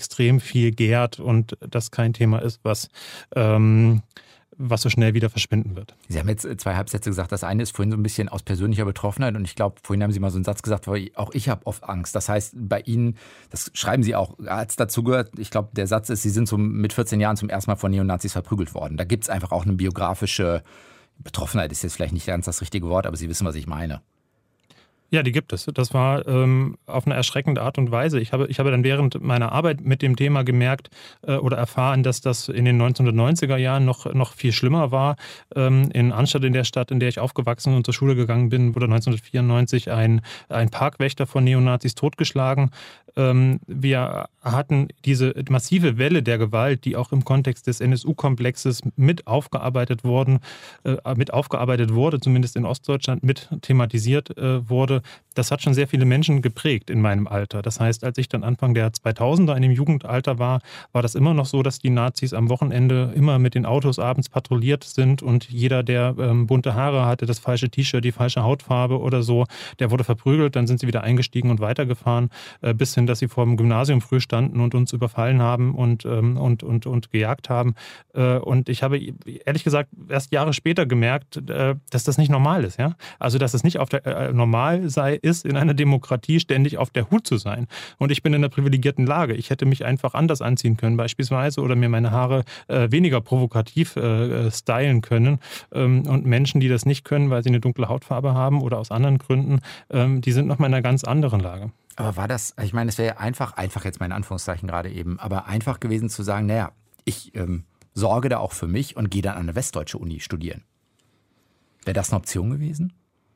extrem viel gärt und das kein Thema ist, was, ähm, was so schnell wieder verschwinden wird. Sie haben jetzt zwei Halbsätze gesagt. Das eine ist vorhin so ein bisschen aus persönlicher Betroffenheit und ich glaube, vorhin haben Sie mal so einen Satz gesagt, weil auch ich habe oft Angst. Das heißt, bei Ihnen, das schreiben Sie auch, hat es dazu gehört, ich glaube, der Satz ist, Sie sind so mit vierzehn Jahren zum ersten Mal von Neonazis verprügelt worden. Da gibt es einfach auch eine biografische Betroffenheit, ist jetzt vielleicht nicht ganz das richtige Wort, aber Sie wissen, was ich meine. Ja, die gibt es. Das war ähm, auf eine erschreckende Art und Weise. Ich habe, ich habe dann während meiner Arbeit mit dem Thema gemerkt äh, oder erfahren, dass das in den neunzehnhundertneunziger Jahren noch, noch viel schlimmer war. Ähm, in Arnstadt, in der Stadt, in der ich aufgewachsen und zur Schule gegangen bin, wurde neunzehnhundertvierundneunzig ein, ein Parkwächter von Neonazis totgeschlagen. Ähm, wir hatten diese massive Welle der Gewalt, die auch im Kontext des N S U-Komplexes mit aufgearbeitet worden, äh, mit aufgearbeitet wurde, zumindest in Ostdeutschland mit thematisiert äh, wurde. Das hat schon sehr viele Menschen geprägt in meinem Alter. Das heißt, als ich dann Anfang der zweitausender in dem Jugendalter war, war das immer noch so, dass die Nazis am Wochenende immer mit den Autos abends patrouilliert sind und jeder, der ähm, bunte Haare hatte, das falsche T-Shirt, die falsche Hautfarbe oder so, der wurde verprügelt, dann sind sie wieder eingestiegen und weitergefahren, äh, bis hin, dass sie vor dem Gymnasium früh standen und uns überfallen haben und, ähm, und, und, und gejagt haben. Äh, und ich habe ehrlich gesagt erst Jahre später gemerkt, äh, dass das nicht normal ist. Ja? Also, dass es nicht auf der, äh, normal sei, ist, in einer Demokratie ständig auf der Hut zu sein. Und ich bin in einer privilegierten Lage. Ich hätte mich einfach anders anziehen können beispielsweise oder mir meine Haare äh, weniger provokativ äh, stylen können. Ähm, und Menschen, die das nicht können, weil sie eine dunkle Hautfarbe haben oder aus anderen Gründen, ähm, die sind nochmal in einer ganz anderen Lage. Aber war das, ich meine, es wäre ja einfach, einfach jetzt meine Anführungszeichen gerade eben, aber einfach gewesen zu sagen, naja, ich ähm, sorge da auch für mich und gehe dann an eine westdeutsche Uni studieren. Wäre das eine Option gewesen?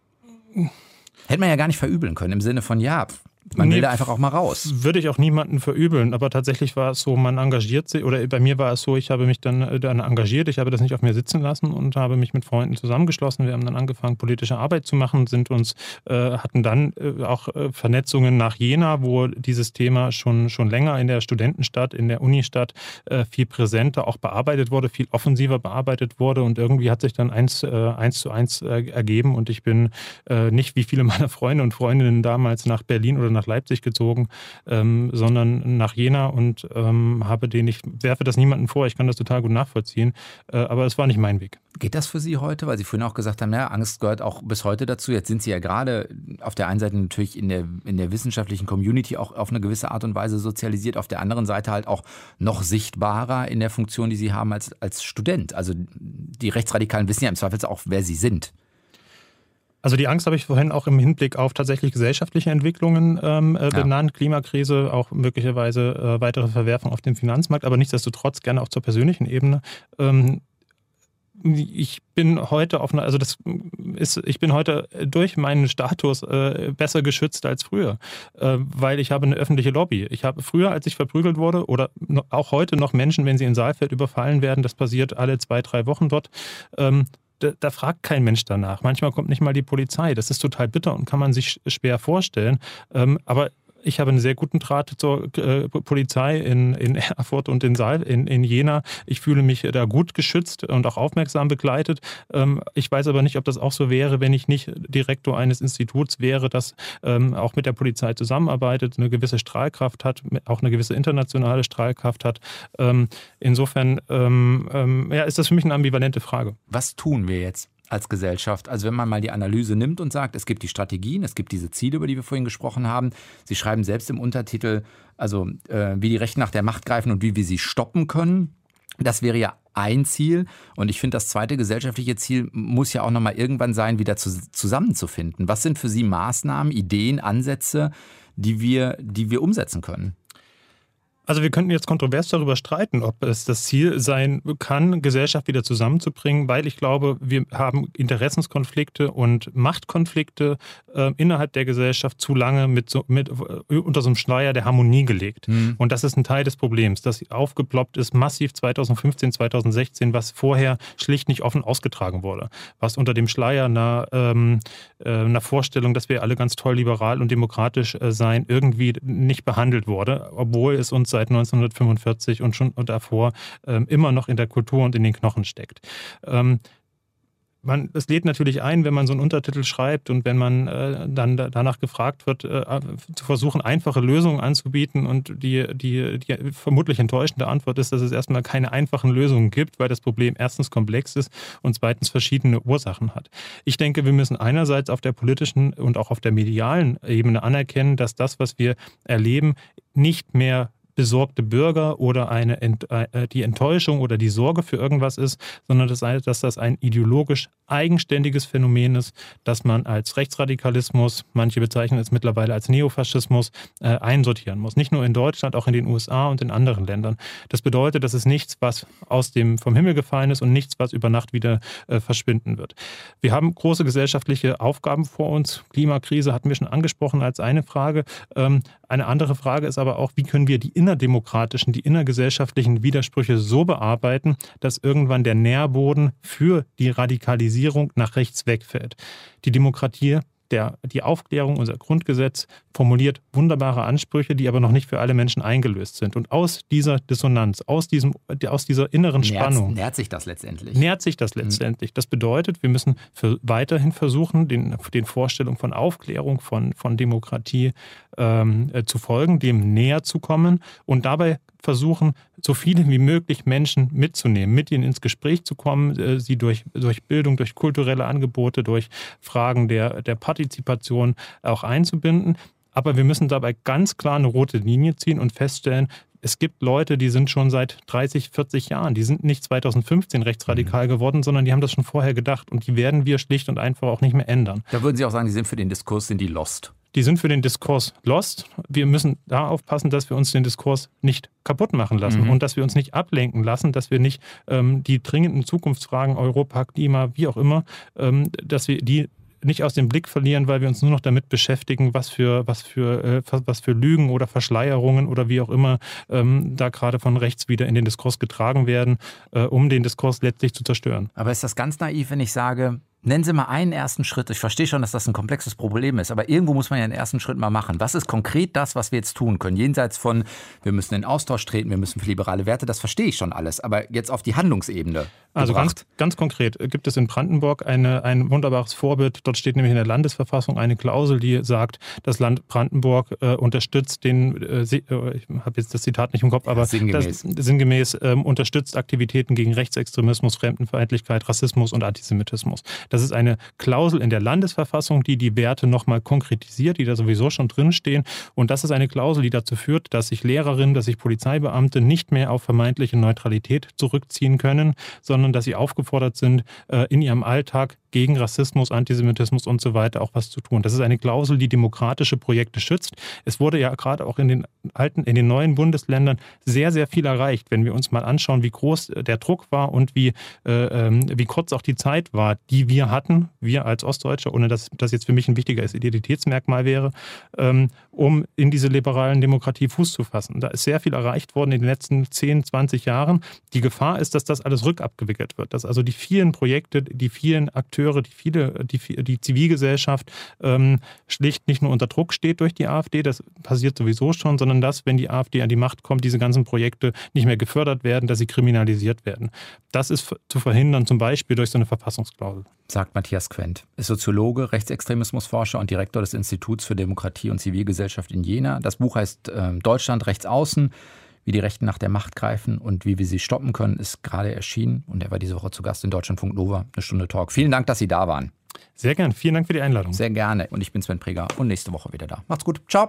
Hätte man ja gar nicht verübeln können, im Sinne von, ja, man will Nee, da einfach auch mal raus. Würde ich auch niemanden verübeln, aber tatsächlich war es so, man engagiert sich, oder bei mir war es so, ich habe mich dann, dann engagiert, ich habe das nicht auf mir sitzen lassen und habe mich mit Freunden zusammengeschlossen. Wir haben dann angefangen, politische Arbeit zu machen, sind uns, äh, hatten dann äh, auch äh, Vernetzungen nach Jena, wo dieses Thema schon, schon länger in der Studentenstadt, in der Unistadt äh, viel präsenter auch bearbeitet wurde, viel offensiver bearbeitet wurde und irgendwie hat sich dann eins, äh, eins zu eins äh, ergeben und ich bin äh, nicht wie viele meiner Freunde und Freundinnen damals nach Berlin oder nach Leipzig gezogen, ähm, sondern nach Jena und ähm, habe den, ich werfe das niemandem vor, ich kann das total gut nachvollziehen, äh, aber es war nicht mein Weg. Geht das für Sie heute? Weil Sie vorhin auch gesagt haben, naja, Angst gehört auch bis heute dazu. Jetzt sind Sie ja gerade auf der einen Seite natürlich in der, in der wissenschaftlichen Community auch auf eine gewisse Art und Weise sozialisiert, auf der anderen Seite halt auch noch sichtbarer in der Funktion, die Sie haben als, als Student. Also die Rechtsradikalen wissen ja im Zweifel auch, wer Sie sind. Also die Angst habe ich vorhin auch im Hinblick auf tatsächlich gesellschaftliche Entwicklungen ähm, äh, benannt, ja. Klimakrise, auch möglicherweise äh, weitere Verwerfung auf dem Finanzmarkt, aber nichtsdestotrotz gerne auch zur persönlichen Ebene. Ähm, ich bin heute auf einer, also das ist, ich bin heute durch meinen Status äh, besser geschützt als früher, äh, weil ich habe eine öffentliche Lobby. Ich habe früher, als ich verprügelt wurde, oder auch heute noch Menschen, wenn sie in Saalfeld überfallen werden, das passiert alle zwei, drei Wochen dort, ähm, Da, da fragt kein Mensch danach. Manchmal kommt nicht mal die Polizei. Das ist total bitter und kann man sich schwer vorstellen. Ähm, aber ich habe einen sehr guten Draht zur äh, Polizei in, in Erfurt und in, Saal, in, in Jena. Ich fühle mich da gut geschützt und auch aufmerksam begleitet. Ähm, ich weiß aber nicht, ob das auch so wäre, wenn ich nicht Direktor eines Instituts wäre, das ähm, auch mit der Polizei zusammenarbeitet, eine gewisse Strahlkraft hat, auch eine gewisse internationale Strahlkraft hat. Ähm, insofern ähm, ähm, ja, ist das für mich eine ambivalente Frage. Was tun wir jetzt als Gesellschaft? Also wenn man mal die Analyse nimmt und sagt, es gibt die Strategien, es gibt diese Ziele, über die wir vorhin gesprochen haben. Sie schreiben selbst im Untertitel, also äh, wie die Rechten nach der Macht greifen und wie wir sie stoppen können. Das wäre ja ein Ziel. Und ich finde, das zweite gesellschaftliche Ziel muss ja auch nochmal irgendwann sein, wieder zu, zusammenzufinden. Was sind für Sie Maßnahmen, Ideen, Ansätze, die wir, die wir umsetzen können? Also wir könnten jetzt kontrovers darüber streiten, ob es das Ziel sein kann, Gesellschaft wieder zusammenzubringen, weil ich glaube, wir haben Interessenskonflikte und Machtkonflikte äh, innerhalb der Gesellschaft zu lange mit so, mit, äh, unter so einem Schleier der Harmonie gelegt. Mhm. Und das ist ein Teil des Problems, das aufgeploppt ist massiv zweitausendfünfzehn, zweitausendsechzehn, was vorher schlicht nicht offen ausgetragen wurde. Was unter dem Schleier einer, ähm, äh, einer Vorstellung, dass wir alle ganz toll liberal und demokratisch äh, sein, irgendwie nicht behandelt wurde, obwohl es uns seit neunzehnhundertfünfundvierzig und schon davor ähm, immer noch in der Kultur und in den Knochen steckt. Ähm, Man, es lädt natürlich ein, wenn man so einen Untertitel schreibt und wenn man äh, dann da, danach gefragt wird, äh, zu versuchen, einfache Lösungen anzubieten. Und die, die, die vermutlich enttäuschende Antwort ist, dass es erstmal keine einfachen Lösungen gibt, weil das Problem erstens komplex ist und zweitens verschiedene Ursachen hat. Ich denke, wir müssen einerseits auf der politischen und auch auf der medialen Ebene anerkennen, dass das, was wir erleben, nicht mehr besorgte Bürger oder eine Ent, äh, die Enttäuschung oder die Sorge für irgendwas ist, sondern dass, dass das ein ideologisch eigenständiges Phänomen ist, das man als Rechtsradikalismus, manche bezeichnen es mittlerweile als Neofaschismus, äh, einsortieren muss. Nicht nur in Deutschland, auch in den U S A und in anderen Ländern. Das bedeutet, das ist nichts, was aus dem vom Himmel gefallen ist und nichts, was über Nacht wieder äh, verschwinden wird. Wir haben große gesellschaftliche Aufgaben vor uns. Klimakrise hatten wir schon angesprochen als eine Frage. Ähm, eine andere Frage ist aber auch, wie können wir die innerdemokratischen, die innergesellschaftlichen Widersprüche so bearbeiten, dass irgendwann der Nährboden für die Radikalisierung nach rechts wegfällt. Die Demokratie, der, die Aufklärung, unser Grundgesetz formuliert wunderbare Ansprüche, die aber noch nicht für alle Menschen eingelöst sind. Und aus dieser Dissonanz, aus, diesem, aus dieser inneren Spannung... Nährt, nährt sich das letztendlich. Nährt sich das letztendlich. Das bedeutet, wir müssen für, weiterhin versuchen, den, den Vorstellungen von Aufklärung, von, von Demokratie ähm, äh, zu folgen, dem näher zu kommen und dabei versuchen, so viele wie möglich Menschen mitzunehmen, mit ihnen ins Gespräch zu kommen, äh, sie durch, durch Bildung, durch kulturelle Angebote, durch Fragen der, der Partizipation auch einzubinden. Aber wir müssen dabei ganz klar eine rote Linie ziehen und feststellen, es gibt Leute, die sind schon seit dreißig, vierzig Jahren, die sind nicht zweitausendfünfzehn rechtsradikal geworden, sondern die haben das schon vorher gedacht und die werden wir schlicht und einfach auch nicht mehr ändern. Da würden Sie auch sagen, die sind für den Diskurs, sind die lost? Die sind für den Diskurs lost. Wir müssen da aufpassen, dass wir uns den Diskurs nicht kaputt machen lassen mhm. und dass wir uns nicht ablenken lassen, dass wir nicht ähm, die dringenden Zukunftsfragen, Europa, Klima, wie auch immer, ähm, dass wir die nicht aus dem Blick verlieren, weil wir uns nur noch damit beschäftigen, was für, was für, äh, was für Lügen oder Verschleierungen oder wie auch immer ähm, da gerade von rechts wieder in den Diskurs getragen werden, äh, um den Diskurs letztlich zu zerstören. Aber ist das ganz naiv, wenn ich sage, nennen Sie mal einen ersten Schritt. Ich verstehe schon, dass das ein komplexes Problem ist, aber irgendwo muss man ja einen ersten Schritt mal machen. Was ist konkret das, was wir jetzt tun können? Jenseits von, wir müssen in Austausch treten, wir müssen für liberale Werte, das verstehe ich schon alles. Aber jetzt auf die Handlungsebene Also ganz, ganz konkret gibt es in Brandenburg eine, ein wunderbares Vorbild. Dort steht nämlich in der Landesverfassung eine Klausel, die sagt, das Land Brandenburg äh, unterstützt den, äh, ich habe jetzt das Zitat nicht im Kopf, aber ja, sinngemäß, das, sinngemäß äh, unterstützt Aktivitäten gegen Rechtsextremismus, Fremdenfeindlichkeit, Rassismus und Antisemitismus. Das ist eine Klausel in der Landesverfassung, die die Werte nochmal konkretisiert, die da sowieso schon drinstehen. Und das ist eine Klausel, die dazu führt, dass sich Lehrerinnen, dass sich Polizeibeamte nicht mehr auf vermeintliche Neutralität zurückziehen können, sondern dass sie aufgefordert sind, in ihrem Alltag gegen Rassismus, Antisemitismus und so weiter auch was zu tun. Das ist eine Klausel, die demokratische Projekte schützt. Es wurde ja gerade auch in den alten, in den neuen Bundesländern sehr, sehr viel erreicht. Wenn wir uns mal anschauen, wie groß der Druck war und wie, äh, wie kurz auch die Zeit war, die wir hatten, wir als Ostdeutsche, ohne dass das jetzt für mich ein wichtiges Identitätsmerkmal wäre, ähm, um in diese liberalen Demokratie Fuß zu fassen. Da ist sehr viel erreicht worden in den letzten zehn, zwanzig Jahren. Die Gefahr ist, dass das alles rückabgewickelt wird, dass also die vielen Projekte, die vielen Akteure, die viele, die, die Zivilgesellschaft ähm, schlicht nicht nur unter Druck steht durch die AfD, das passiert sowieso schon, sondern dass, wenn die AfD an die Macht kommt, diese ganzen Projekte nicht mehr gefördert werden, dass sie kriminalisiert werden. Das ist zu verhindern, zum Beispiel durch so eine Verfassungsklausel. Sagt Matthias Quent, ist Soziologe, Rechtsextremismusforscher und Direktor des Instituts für Demokratie und Zivilgesellschaft in Jena. Das Buch heißt äh, Deutschland rechts außen, wie die Rechten nach der Macht greifen und wie wir sie stoppen können, ist gerade erschienen. Und er war diese Woche zu Gast in Deutschlandfunk Nova, eine Stunde Talk. Vielen Dank, dass Sie da waren. Sehr gerne. Vielen Dank für die Einladung. Sehr gerne. Und ich bin Sven Preger und nächste Woche wieder da. Macht's gut. Ciao.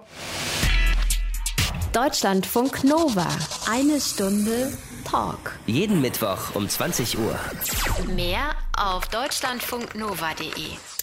Deutschlandfunk Nova. Eine Stunde Talk. Jeden Mittwoch um zwanzig Uhr. Mehr auf deutschlandfunknova punkt de.